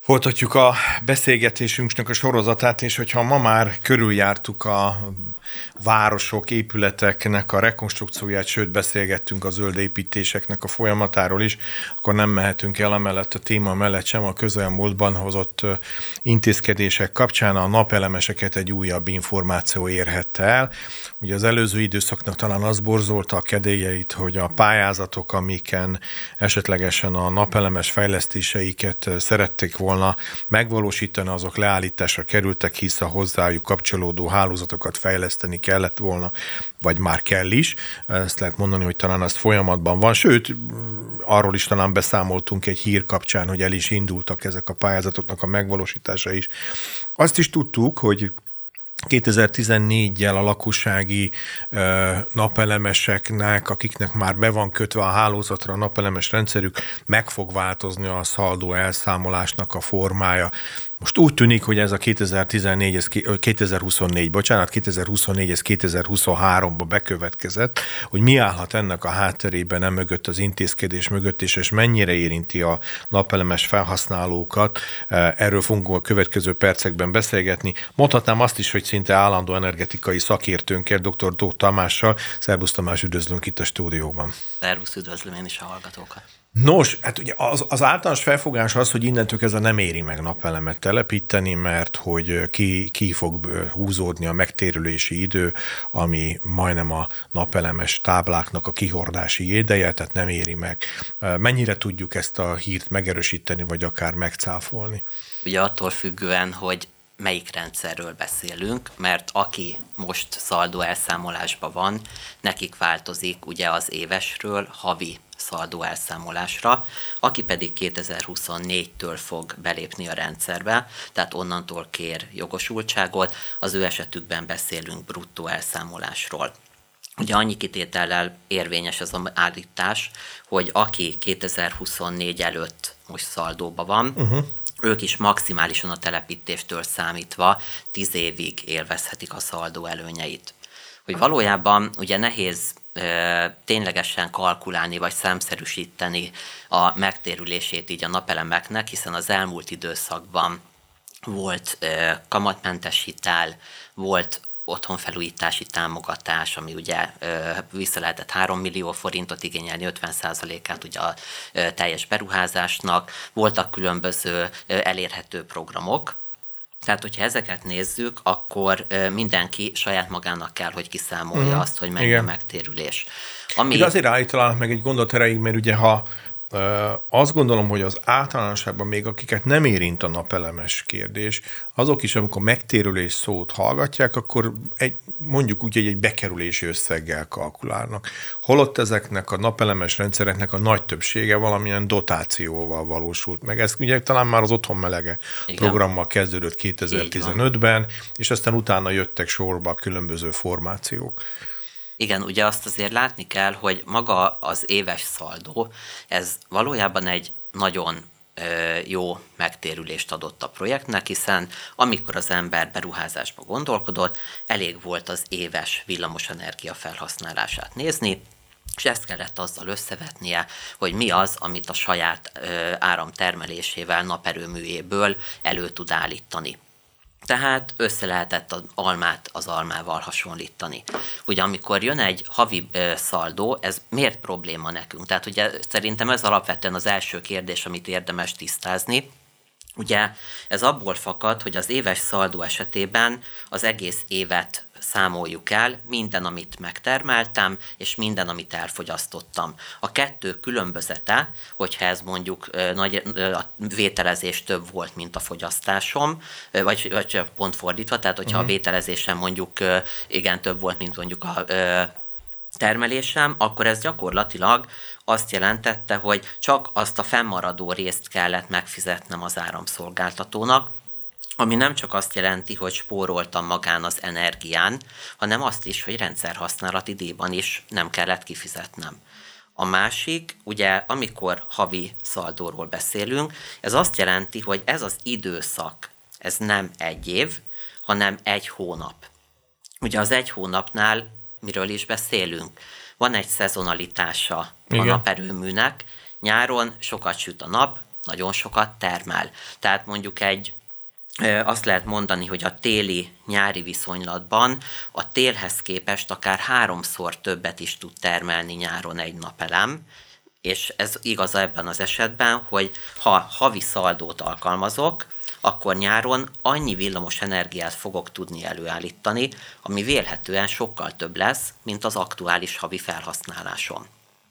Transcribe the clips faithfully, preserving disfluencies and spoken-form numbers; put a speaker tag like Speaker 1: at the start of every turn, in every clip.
Speaker 1: Folytatjuk a beszélgetésünknek a sorozatát, és hogyha ma már körüljártuk a városok, épületeknek a rekonstrukcióját, sőt beszélgettünk a zöld építéseknek a folyamatáról is, akkor nem mehetünk el amellett a téma mellett sem a közelmúltban hozott intézkedések kapcsán a napelemeseket egy újabb információ érhette el. Ugye az előző időszaknak talán az borzolta a kedélyeit, hogy a pályázatok, amiken esetlegesen a napelemes fejlesztéseiket szerették volna megvalósítani, azok leállításra kerültek, hisz a hozzájuk kapcsolódó hálózatokat fejleszteni kellett volna, vagy már kell is. Ezt lehet mondani, hogy talán az folyamatban van. Sőt, arról is talán beszámoltunk egy hír kapcsán, hogy el is indultak ezek a pályázatoknak a megvalósítása is. Azt is tudtuk, hogy kétezer-tizennégyel a lakossági ö, napelemeseknek, akiknek már be van kötve a hálózatra a napelemes rendszerük, meg fog változni a szaldó elszámolásnak a formája. Most úgy tűnik, hogy ez a kétezer-tizennégy, ez kétezer-huszonnégy, bocsánat, kétezer-huszonnégy, ez kétezer-huszonháromba bekövetkezett, hogy mi állhat ennek a hátterében, nem mögött az intézkedés mögött, és, és mennyire érinti a napelemes felhasználókat. Erről fogunk a következő percekben beszélgetni. Mondhatnám azt is, hogy szinte állandó energetikai szakértőnkkel, dr. Tóth Tamással. Szerbusz Tamás, üdvözlünk itt a stúdióban.
Speaker 2: Szervusz, üdvözlöm én is a hallgatókat.
Speaker 1: Nos, hát ugye az, az általános felfogás az, hogy innentől kezdve nem éri meg napelemet telepíteni, mert hogy ki, ki fog húzódni a megtérülési idő, ami majdnem a napelemes tábláknak a kihordási ideje, tehát nem éri meg. Mennyire tudjuk ezt a hírt megerősíteni, vagy akár megcáfolni?
Speaker 2: Ugye attól függően, hogy melyik rendszerről beszélünk, mert aki most szaldó elszámolásban van, nekik változik ugye az évesről havi szaldó elszámolásra, aki pedig kétezer-huszonnégytől fog belépni a rendszerbe, tehát onnantól kér jogosultságot, az ő esetükben beszélünk bruttó elszámolásról. Ugye annyi kitétellel érvényes ez az állítás, hogy aki kétezer-huszonnégy előtt most szaldóban van, uh-huh. ők is maximálisan a telepítéstől számítva tíz évig élvezhetik a szaldó előnyeit. Hogy valójában ugye nehéz e, ténylegesen kalkulálni vagy számszerűsíteni a megtérülését így a napelemeknek, hiszen az elmúlt időszakban volt e, kamatmentes hitel, volt otthonfelújítási támogatás, ami ugye e, vissza lehetett három millió forintot igényelni, ötven százalékát ugye a e, teljes beruházásnak, voltak különböző e, elérhető programok. Tehát, hogyha ezeket nézzük, akkor mindenki saját magának kell, hogy kiszámolja mm. azt, hogy mennyi a megtérülés.
Speaker 1: Ami... De azért állítanának meg egy gondot erejéig, mert ugye ha azt gondolom, hogy az általánosságban még akiket nem érint a napelemes kérdés, azok is, amikor megtérülés szót hallgatják, akkor egy, mondjuk úgy, hogy egy bekerülési összeggel kalkulálnak. Holott ezeknek a napelemes rendszereknek a nagy többsége valamilyen dotációval valósult meg. Ez ugye talán már az Otthon Melege Igen. programmal kezdődött kétezer-tizenötben, és aztán utána jöttek sorba a különböző formációk.
Speaker 2: Igen, ugye azt azért látni kell, hogy maga az éves szaldó, ez valójában egy nagyon ö, jó megtérülést adott a projektnek, hiszen amikor az ember beruházásba gondolkodott, elég volt az éves villamosenergia felhasználását nézni, és ezt kellett azzal összevetnie, hogy mi az, amit a saját ö, áramtermelésével, naperőműjéből elő tud állítani. Tehát össze lehetett az almát az almával hasonlítani. Ugye amikor jön egy havi ö, szaldó, ez miért probléma nekünk? Tehát ugye szerintem ez alapvetően az első kérdés, amit érdemes tisztázni. Ugye ez abból fakad, hogy az éves szaldó esetében az egész évet számoljuk el, minden, amit megtermeltem, és minden, amit elfogyasztottam. A kettő különbözete, hogyha ez mondjuk nagy, a vételezés több volt, mint a fogyasztásom, vagy, vagy pont fordítva, tehát hogyha uh-huh. a vételezésem mondjuk igen több volt, mint mondjuk a termelésem, akkor ez gyakorlatilag azt jelentette, hogy csak azt a fennmaradó részt kellett megfizetnem az áramszolgáltatónak, ami nem csak azt jelenti, hogy spóroltam magán az energián, hanem azt is, hogy rendszerhasználati díjban is nem kellett kifizetnem. A másik, ugye amikor havi szaldóról beszélünk, ez azt jelenti, hogy ez az időszak, ez nem egy év, hanem egy hónap. Ugye az egy hónapnál miről is beszélünk? Van egy szezonalitása Igen. a naperőműnek, nyáron sokat süt a nap, nagyon sokat termel. Tehát mondjuk egy azt lehet mondani, hogy a téli-nyári viszonylatban a télhez képest akár háromszor többet is tud termelni nyáron egy napelem, és ez igaz ebben az esetben, hogy ha havi szaldót alkalmazok, akkor nyáron annyi villamos energiát fogok tudni előállítani, ami vélhetően sokkal több lesz, mint az aktuális havi felhasználásom.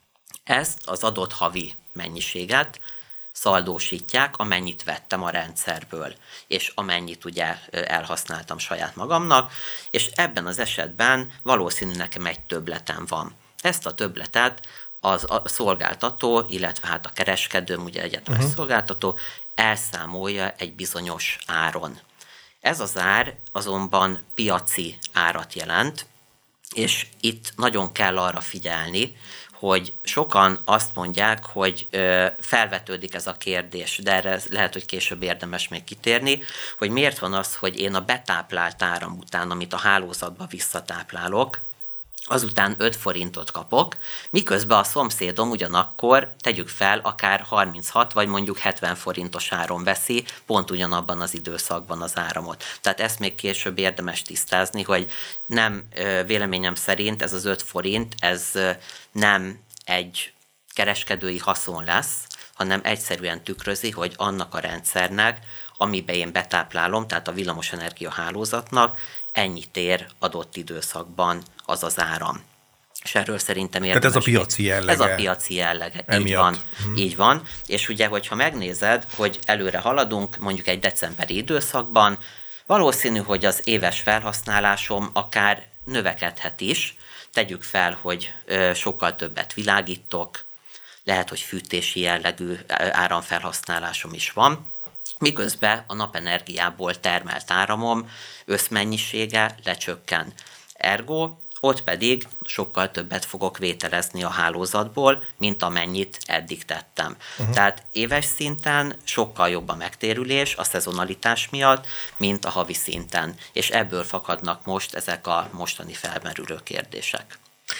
Speaker 2: Ezt az adott havi mennyiséget szaldósítják, amennyit vettem a rendszerből, és amennyit ugye elhasználtam saját magamnak, és ebben az esetben valószínű nekem egy többletem van. Ezt a többletet az a szolgáltató, illetve hát a kereskedőm, ugye egyetemes uh-huh. szolgáltató elszámolja egy bizonyos áron. Ez az ár azonban piaci árat jelent, és itt nagyon kell arra figyelni, hogy sokan azt mondják, hogy ö, felvetődik ez a kérdés, de erre lehet, hogy később érdemes még kitérni, hogy miért van az, hogy én a betáplált áram után, amit a hálózatba visszatáplálok, azután öt forintot kapok, miközben a szomszédom ugyanakkor, tegyük fel, akár harminchat vagy mondjuk hetven forintos áron veszi, pont ugyanabban az időszakban az áramot. Tehát ezt még később érdemes tisztázni, hogy nem, véleményem szerint ez az öt forint, ez nem egy kereskedői haszon lesz, hanem egyszerűen tükrözi, hogy annak a rendszernek, amiben én betáplálom, tehát a villamosenergia hálózatnak, ennyit ér adott időszakban az az áram. És erről szerintem érdemes.
Speaker 1: Tehát ez a piaci jellege.
Speaker 2: Ez a piaci jellege. Így van. Hmm. Így van. És ugye, hogyha megnézed, hogy előre haladunk, mondjuk egy decemberi időszakban, valószínű, hogy az éves felhasználásom akár növekedhet is. Tegyük fel, hogy sokkal többet világítok, lehet, hogy fűtési jellegű áramfelhasználásom is van, miközben a napenergiából termelt áramom összmennyisége lecsökken. Ergo, ott pedig sokkal többet fogok vételezni a hálózatból, mint amennyit eddig tettem. Uh-huh. Tehát éves szinten sokkal jobb a megtérülés a szezonalitás miatt, mint a havi szinten. És ebből fakadnak most ezek a mostani felmerülő kérdések.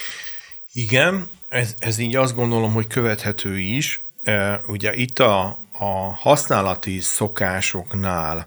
Speaker 1: Igen, ez, ez így azt gondolom, hogy követhető is. Ugye itt a, a használati szokásoknál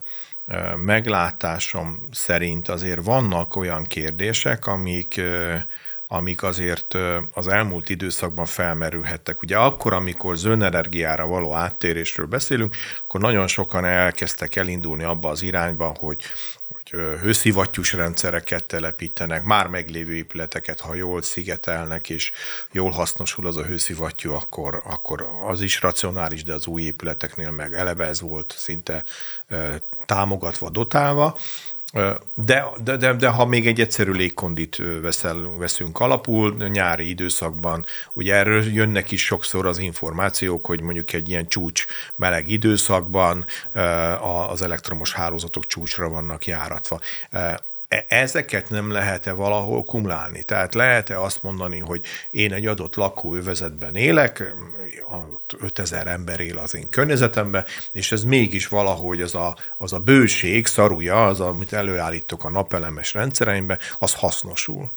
Speaker 1: meglátásom szerint azért vannak olyan kérdések, amik, amik azért az elmúlt időszakban felmerülhettek. Ugye akkor, amikor zöldenergiára való áttérésről beszélünk, akkor nagyon sokan elkezdtek elindulni abba az irányba, hogy hogy hőszivattyús rendszereket telepítenek, már meglévő épületeket, ha jól szigetelnek, és jól hasznosul az a hőszivattyú, akkor, akkor az is racionális, de az új épületeknél meg eleve ez volt szinte támogatva, dotálva. De, de, de, de ha még egy egyszerű légkondit veszel, veszünk alapul, nyári időszakban, ugye erről jönnek is sokszor az információk, hogy mondjuk egy ilyen csúcs meleg időszakban az elektromos hálózatok csúcsra vannak járatva. Ezeket nem lehet-e valahol kumulálni? Tehát lehet-e azt mondani, hogy én egy adott lakóövezetben élek, ötezer ember él az én környezetemben, és ez mégis valahogy az a, az a bőség, szarúja, az, amit előállítok a napelemes rendszereimben, az hasznosul.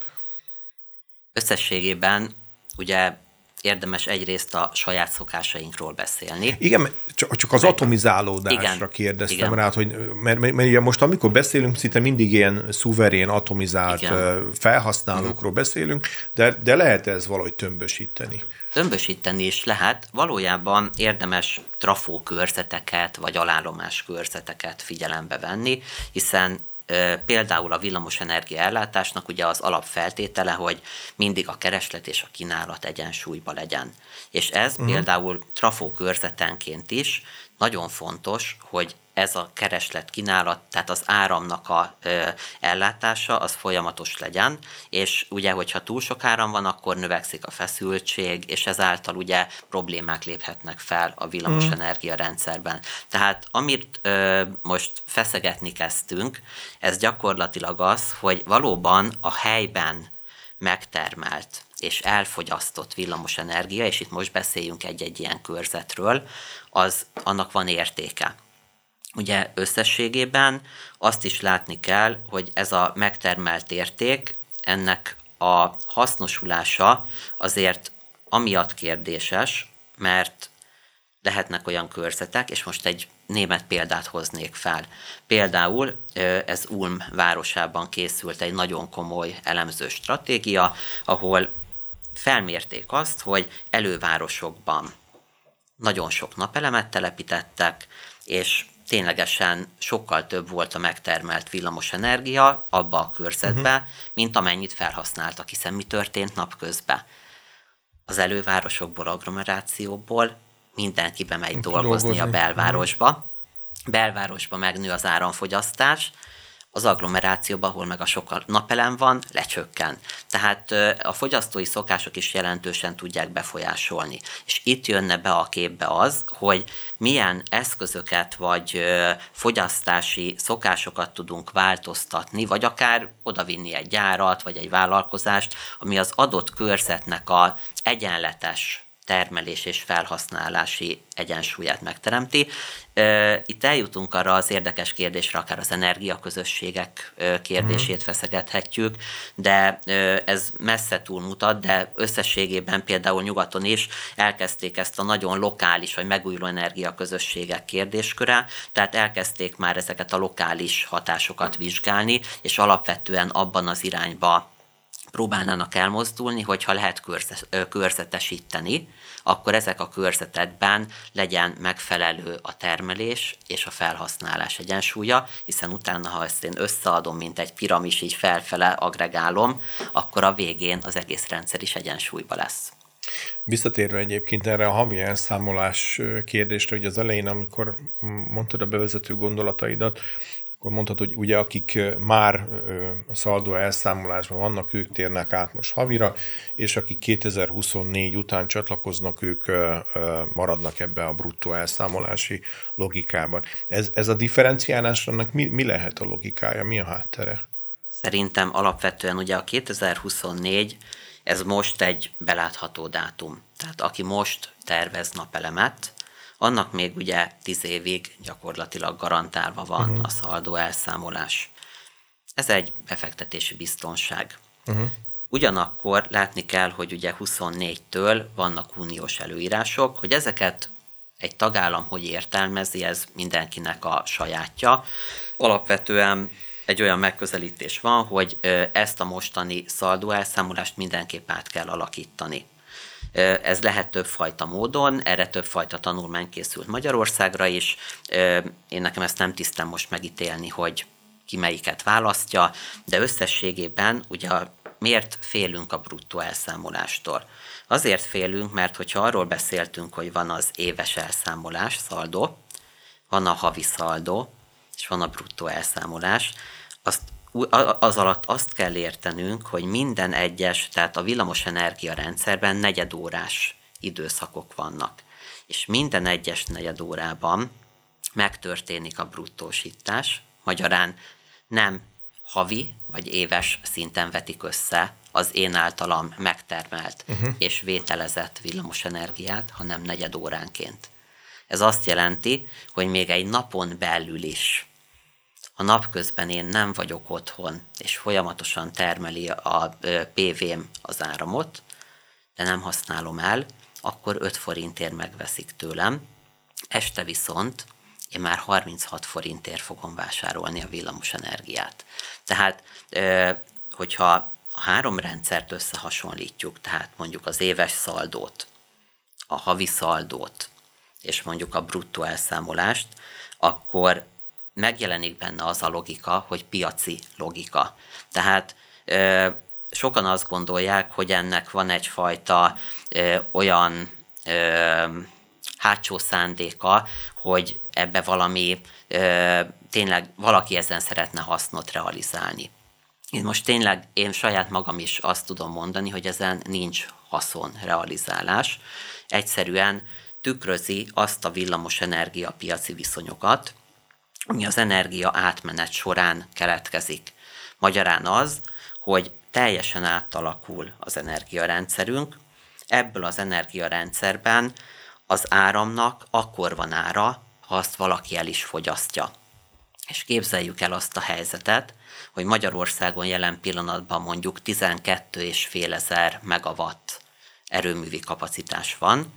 Speaker 2: Összességében ugye érdemes egyrészt a saját szokásainkról beszélni.
Speaker 1: Igen, csak, csak az atomizálódásra igen, kérdeztem igen. rá, hogy, mert, mert, mert ugye most amikor beszélünk, szinte mindig ilyen szuverén, atomizált igen. felhasználókról uh-huh. beszélünk, de, de lehet ez valahogy tömbösíteni?
Speaker 2: Tömbösíteni is lehet. Valójában érdemes trafókörzeteket vagy alállomás körzeteket figyelembe venni, hiszen például a villamosenergia ellátásnak ugye az alapfeltétele, hogy mindig a kereslet és a kínálat egyensúlyba legyen. És ez uh-huh. például trafókörzetenként is nagyon fontos, hogy ez a kereslet kínálat, tehát az áramnak a ö, ellátása, az folyamatos legyen, és ugye, hogyha túl sok áram van, akkor növekszik a feszültség, és ezáltal ugye problémák léphetnek fel a villamosenergia rendszerben. Tehát amit ö, most feszegetni kezdtünk, ez gyakorlatilag az, hogy valóban a helyben megtermelt és elfogyasztott villamosenergia, és itt most beszéljünk egy-egy ilyen körzetről, az annak van értéke. Ugye összességében azt is látni kell, hogy ez a megtermelt érték, ennek a hasznosulása azért amiatt kérdéses, mert lehetnek olyan körzetek, és most egy német példát hoznék fel. Például ez Ulm városában készült egy nagyon komoly elemző stratégia, ahol felmérték azt, hogy elővárosokban nagyon sok napelemet telepítettek, és ténylegesen sokkal több volt a megtermelt villamosenergia abba a körzetbe, uh-huh. mint amennyit felhasználtak, hiszen mi történt napközben. Az elővárosokból, agglomerációból mindenki bemegy dolgozni, dolgozni a belvárosba. Belvárosba megnő az áramfogyasztás, az agglomerációban, ahol meg a sok napelem van, lecsökken. Tehát a fogyasztói szokások is jelentősen tudják befolyásolni. És itt jönne be a képbe az, hogy milyen eszközöket vagy fogyasztási szokásokat tudunk változtatni, vagy akár odavinni egy gyárat, vagy egy vállalkozást, ami az adott körzetnek a egyenletes termelés és felhasználási egyensúlyát megteremti. Itt eljutunk arra az érdekes kérdésre, akár az energiaközösségek kérdését feszegethetjük, de ez messze túlmutat, de összességében például nyugaton is elkezdték ezt a nagyon lokális vagy megújuló energiaközösségek kérdésköre, tehát elkezdték már ezeket a lokális hatásokat vizsgálni, és alapvetően abban az irányba próbálnának elmozdulni, hogyha lehet körzetesíteni, akkor ezek a körzetekben legyen megfelelő a termelés és a felhasználás egyensúlya, hiszen utána, ha ezt én összeadom, mint egy piramis, így felfele agregálom, akkor a végén az egész rendszer is egyensúlyba lesz.
Speaker 1: Visszatérve egyébként erre a havi elszámolás kérdésre, hogy az elején, amikor mondtad a bevezető gondolataidat, akkor mondtad, hogy ugye akik már szaldó elszámolásban vannak, ők térnek át most havira, és akik kétezer-huszonnégy után csatlakoznak, ők maradnak ebbe a bruttó elszámolási logikában. Ez, ez a differenciálásnak mi, mi lehet a logikája, mi a háttere?
Speaker 2: Szerintem alapvetően ugye a kétezer-huszonnégy, ez most egy belátható dátum. Tehát aki most tervez napelemet, annak még ugye tíz évig gyakorlatilag garantálva van uh-huh. a szaldó elszámolás. Ez egy befektetési biztonság. Uh-huh. Ugyanakkor látni kell, hogy ugye huszonnégytől vannak uniós előírások, hogy ezeket egy tagállam hogy értelmezi, ez mindenkinek a sajátja. Alapvetően egy olyan megközelítés van, hogy ezt a mostani szaldó elszámolást mindenképp át kell alakítani. Ez lehet többfajta módon, erre többfajta tanulmány készült Magyarországra is. Én nekem ezt nem tisztem most megítélni, hogy ki melyiket választja, de összességében ugye miért félünk a bruttó elszámolástól? Azért félünk, mert hogyha arról beszéltünk, hogy van az éves elszámolás, szaldó, van a havi szaldó, és van a bruttó elszámolás, azt az alatt azt kell értenünk, hogy minden egyes, tehát a villamosenergia rendszerben negyedórás időszakok vannak. És minden egyes negyedórában megtörténik a bruttósítás, magyarán nem havi vagy éves szinten vetik össze az én általam megtermelt uh-huh. és vételezett villamosenergiát, hanem negyedóránként. Ez azt jelenti, hogy még egy napon belül is, ha napközben én nem vagyok otthon, és folyamatosan termeli a pé vém az áramot, de nem használom el, akkor öt forintért megveszik tőlem. Este viszont én már harminchat forintért fogom vásárolni a villamosenergiát. Tehát, hogyha a három rendszert összehasonlítjuk, tehát mondjuk az éves szaldót, a havi szaldót, és mondjuk a bruttó elszámolást, akkor megjelenik benne az a logika, hogy piaci logika. Tehát ö, sokan azt gondolják, hogy ennek van egyfajta ö, olyan ö, hátsó szándéka, hogy ebbe valami, ö, tényleg valaki ezen szeretne hasznot realizálni. Én most tényleg, én saját magam is azt tudom mondani, hogy ezen nincs haszon realizálás. Egyszerűen tükrözi azt a villamosenergia piaci viszonyokat, ami az energia átmenet során keletkezik. Magyarán az, hogy teljesen átalakul az energiarendszerünk, ebből az energiarendszerben az áramnak akkor van ára, ha azt valaki el is fogyasztja. És képzeljük el azt a helyzetet, hogy Magyarországon jelen pillanatban mondjuk tizenkettő és fél ezer megawatt erőművi kapacitás van,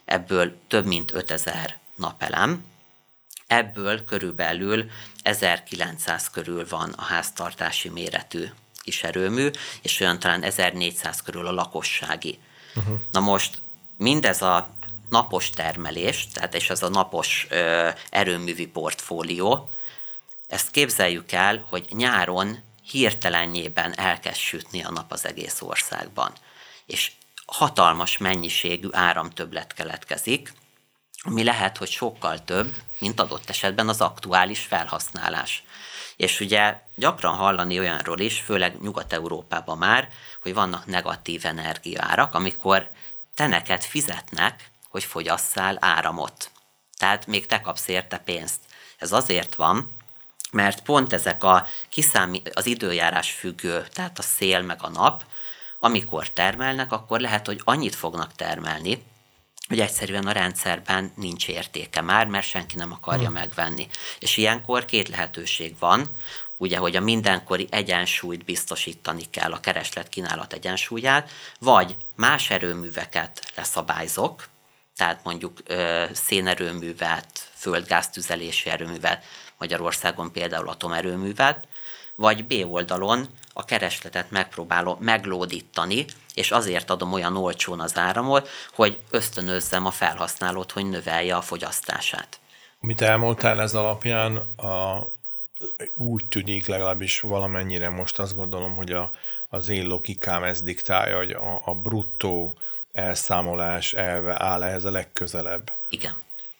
Speaker 2: ebből több mint ötezer napelem, ebből körülbelül ezerkilencszáz körül van a háztartási méretű kiserőmű, és olyan talán ezernégyszáz körül a lakossági. Uh-huh. Na most mindez a napos termelés, tehát és ez a napos ö, erőművi portfólió, ezt képzeljük el, hogy nyáron hirtelenjében elkezd sütni a nap az egész országban. És hatalmas mennyiségű áramtöbblet keletkezik, ami lehet, hogy sokkal több, mint adott esetben az aktuális felhasználás. És ugye gyakran hallani olyanról is, főleg Nyugat-Európában már, hogy vannak negatív energiaárak, amikor te neked fizetnek, hogy fogyasszál áramot. Tehát még te kapsz érte pénzt. Ez azért van, mert pont ezek a kiszámi, az időjárás függő, tehát a szél meg a nap, amikor termelnek, akkor lehet, hogy annyit fognak termelni, hogy egyszerűen a rendszerben nincs értéke már, mert senki nem akarja hmm. megvenni. És ilyenkor két lehetőség van, ugye, hogy a mindenkori egyensúlyt biztosítani kell, a kereslet-kínálat egyensúlyát, vagy más erőműveket leszabályzok, tehát mondjuk ö, szénerőművet, földgáztüzelési erőművet, Magyarországon például atomerőművet, vagy B oldalon a keresletet megpróbálom meglódítani, és azért adom olyan olcsón az áramot, hogy ösztönözzem a felhasználót, hogy növelje a fogyasztását.
Speaker 1: Amit elmondtál ez alapján, a, úgy tűnik legalábbis valamennyire most azt gondolom, hogy a, az én logikám ezt diktálja, hogy a, a bruttó elszámolás elve áll ehhez a legközelebb.
Speaker 2: Igen.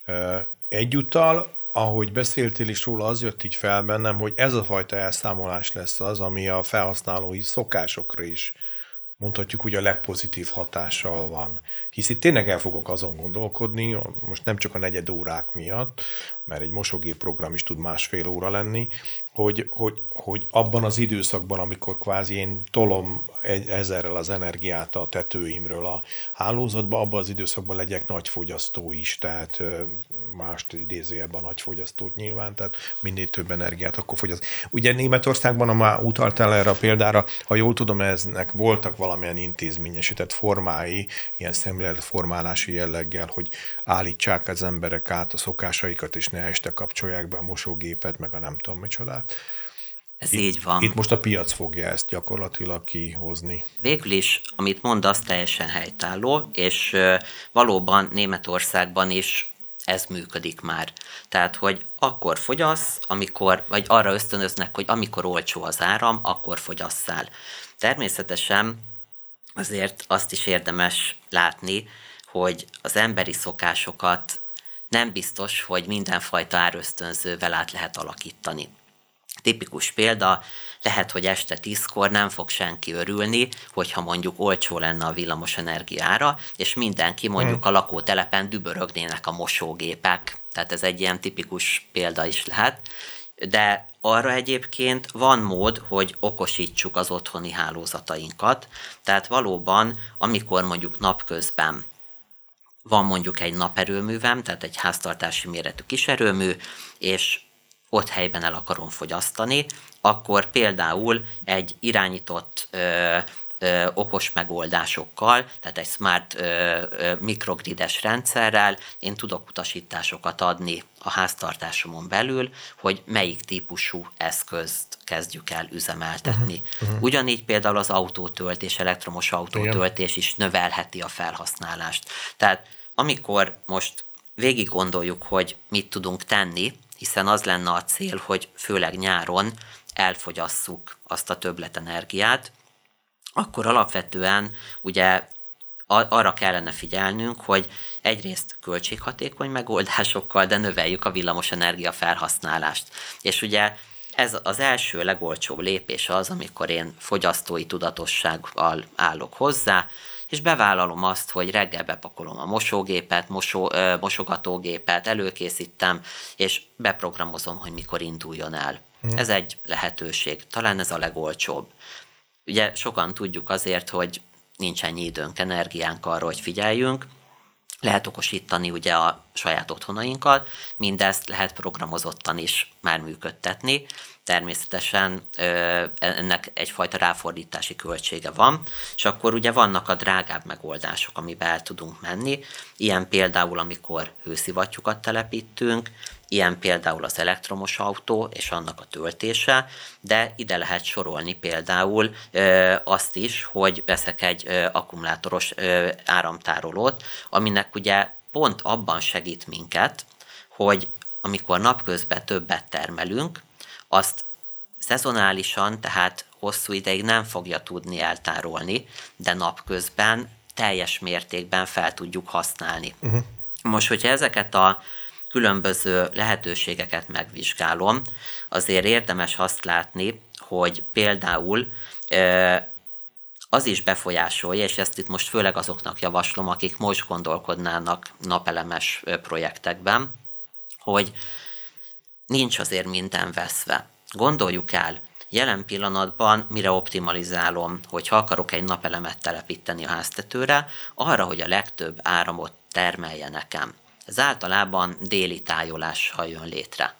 Speaker 1: Egyúttal, ahogy beszéltél is róla, az jött így fel bennem, hogy ez a fajta elszámolás lesz az, ami a felhasználói szokásokra is mondhatjuk úgy a legpozitív hatással van. Hisz itt tényleg el fogok azon gondolkodni, most nem csak a negyed órák miatt, mert egy mosógép program is tud másfél óra lenni, hogy, hogy, hogy abban az időszakban, amikor kvázi én tolom egy, ezerrel az energiát a tetőimről a hálózatba, abban az időszakban legyek nagy fogyasztó is, tehát mást idézőjelben nagy fogyasztót nyilván, tehát minél több energiát akkor fogyaszt. Ugye Németországban, ha már utaltál erre a példára, ha jól tudom, eznek voltak valamilyen intézményesített formái, ilyen szemléletformálási jelleggel, hogy állítsák az emberek át a szokásaikat, és ne este kapcsolják be a mosógépet, meg a nem tudom micsodát.
Speaker 2: Ez
Speaker 1: itt,
Speaker 2: így van.
Speaker 1: Itt most a piac fogja ezt gyakorlatilag kihozni.
Speaker 2: Végül is, amit mondasz, teljesen helytálló, és valóban Németországban is ez működik már. Tehát, hogy akkor fogyasz, amikor, vagy arra ösztönöznek, hogy amikor olcsó az áram, akkor fogyasszál. Természetesen azért azt is érdemes látni, hogy az emberi szokásokat nem biztos, hogy mindenfajta árösztönzővel át lehet alakítani. Tipikus példa, lehet, hogy este tízkor nem fog senki örülni, hogyha mondjuk olcsó lenne a villamos energiára, és mindenki mondjuk a lakótelepen dübörögnének a mosógépek. Tehát ez egy ilyen tipikus példa is lehet. De arra egyébként van mód, hogy okosítsuk az otthoni hálózatainkat. Tehát valóban, amikor mondjuk napközben van mondjuk egy naperőművem, tehát egy háztartási méretű kiserőmű, és ott helyben el akarom fogyasztani, akkor például egy irányított ö, ö, okos megoldásokkal, tehát egy smart ö, ö, mikrogrides rendszerrel én tudok utasításokat adni a háztartásomon belül, hogy melyik típusú eszközt kezdjük el üzemeltetni. Uh-huh, uh-huh. Ugyanígy például az autótöltés, elektromos autótöltés is növelheti a felhasználást. Tehát amikor most végig gondoljuk, hogy mit tudunk tenni, hiszen az lenne a cél, hogy főleg nyáron elfogyasszuk azt a többletenergiát, akkor alapvetően ugye arra kellene figyelnünk, hogy egyrészt költséghatékony megoldásokkal, de növeljük a villamosenergia felhasználást. És ugye ez az első legolcsóbb lépés az, amikor én fogyasztói tudatossággal állok hozzá, és bevállalom azt, hogy reggel bepakolom a mosógépet, mosó, ö, mosogatógépet, előkészítem, és beprogramozom, hogy mikor induljon el. Hmm. Ez egy lehetőség. Talán ez a legolcsóbb. Ugye sokan tudjuk azért, hogy nincs ennyi időnk, energiánk arra, hogy figyeljünk, lehet okosítani ugye a saját otthonainkat, mindezt lehet programozottan is már működtetni. Természetesen ennek egyfajta ráfordítási költsége van, és akkor ugye vannak a drágább megoldások, amiben el tudunk menni. Ilyen például, amikor hőszivattyúkat telepítünk, ilyen például az elektromos autó és annak a töltése, de ide lehet sorolni például azt is, hogy veszek egy akkumulátoros áramtárolót, aminek ugye pont abban segít minket, hogy amikor napközben többet termelünk, azt szezonálisan, tehát hosszú ideig nem fogja tudni eltárolni, de napközben teljes mértékben fel tudjuk használni. Uh-huh. Most, hogyha ezeket a különböző lehetőségeket megvizsgálom, azért érdemes azt látni, hogy például az is befolyásolja, és ezt itt most főleg azoknak javaslom, akik most gondolkodnának napelemes projektekben, hogy nincs azért minden veszve. Gondoljuk el, jelen pillanatban mire optimalizálom, hogy ha akarok egy napelemet telepíteni a háztetőre, arra, hogy a legtöbb áramot termelje nekem. Ez általában déli tájolással jön létre.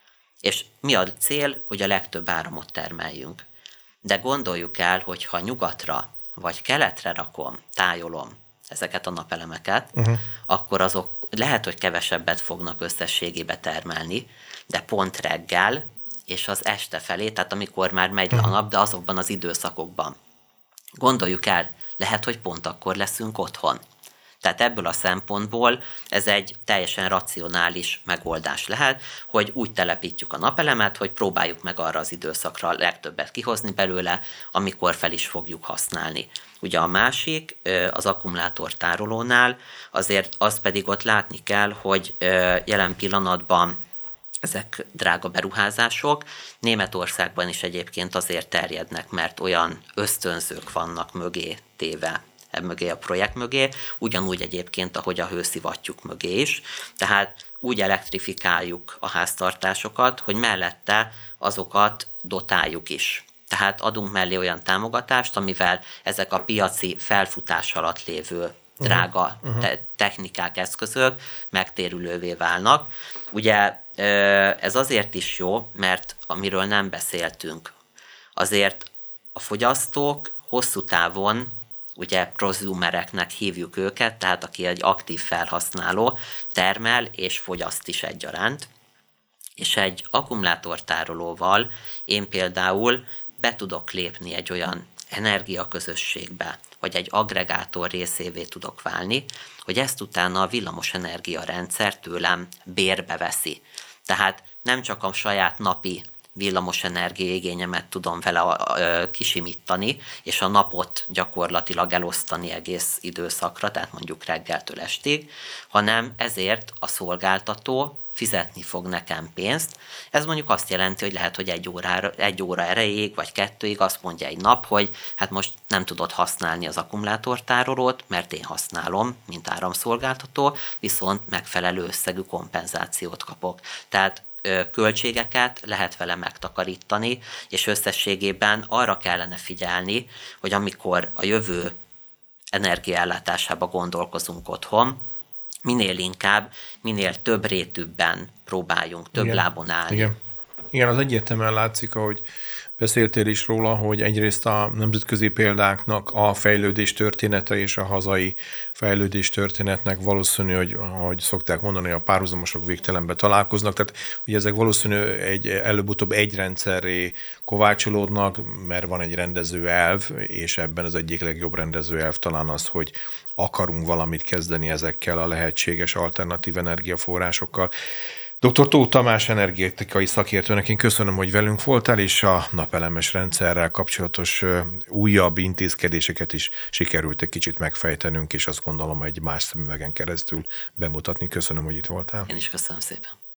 Speaker 2: És mi a cél, hogy a legtöbb áramot termeljünk. De gondoljuk el, hogy ha nyugatra vagy keletre rakom, tájolom ezeket a napelemeket, uh-huh. akkor azok lehet, hogy kevesebbet fognak összességébe termelni, de pont reggel és az este felé, tehát amikor már megy le a nap, de azokban az időszakokban. Gondoljuk el, lehet, hogy pont akkor leszünk otthon. Tehát ebből a szempontból ez egy teljesen racionális megoldás lehet, hogy úgy telepítjük a napelemet, hogy próbáljuk meg arra az időszakra a legtöbbet kihozni belőle, amikor fel is fogjuk használni. Ugye a másik, az akkumulátortárolónál, azért azt pedig ott látni kell, hogy jelen pillanatban ezek drága beruházások. Németországban is egyébként azért terjednek, mert olyan ösztönzők vannak mögé téve, mögé a projekt mögé, ugyanúgy egyébként, ahogy a hőszivattyúk mögé is. Tehát úgy elektrifikáljuk a háztartásokat, hogy mellette azokat dotáljuk is. Tehát adunk mellé olyan támogatást, amivel ezek a piaci felfutás alatt lévő drága te- technikák, eszközök megtérülővé válnak. Ugye ez azért is jó, mert amiről nem beszéltünk, azért a fogyasztók hosszú távon, ugye prosumereknek hívjuk őket, tehát aki egy aktív felhasználó, termel és fogyaszt is egyaránt, és egy akkumulátortárolóval én például be tudok lépni egy olyan energiaközösségbe, vagy egy aggregátor részévé tudok válni, hogy ezt utána a villamosenergia rendszer tőlem bérbe veszi. Tehát nem csak a saját napi villamosenergia igényemet tudom vele kisimítani, és a napot gyakorlatilag elosztani egész időszakra, tehát mondjuk reggeltől estig, hanem ezért a szolgáltató fizetni fog nekem pénzt. Ez mondjuk azt jelenti, hogy lehet, hogy egy, órára, egy óra erejéig, vagy kettőig azt mondja egy nap, hogy hát most nem tudod használni az akkumulátortárolót, mert én használom, mint áramszolgáltató, viszont megfelelő összegű kompenzációt kapok. Tehát költségeket lehet vele megtakarítani, és összességében arra kellene figyelni, hogy amikor a jövő energiaellátásába gondolkozunk otthon, minél inkább, minél több rétűbben próbáljunk, több
Speaker 1: Igen.
Speaker 2: lábon állni.
Speaker 1: Igen. Igen, az egyértelműen látszik, ahogy beszéltél is róla, hogy egyrészt a nemzetközi példáknak a fejlődés története és a hazai fejlődés történetnek valószínű, hogy ahogy szokták mondani, a párhuzamosok végtelenben találkoznak, tehát ugye ezek valószínű egy, előbb-utóbb egy rendszerré kovácsolódnak, mert van egy rendező elv, és ebben az egyik legjobb rendező elv talán az, hogy akarunk valamit kezdeni ezekkel a lehetséges alternatív energiaforrásokkal. doktor Tóth Tamás energetikai szakértőnek én köszönöm, hogy velünk voltál, és a napelemes rendszerrel kapcsolatos újabb intézkedéseket is sikerült egy kicsit megfejtenünk, és azt gondolom, egy más szemüvegen keresztül bemutatni. Köszönöm, hogy itt voltál.
Speaker 2: Én is köszönöm szépen.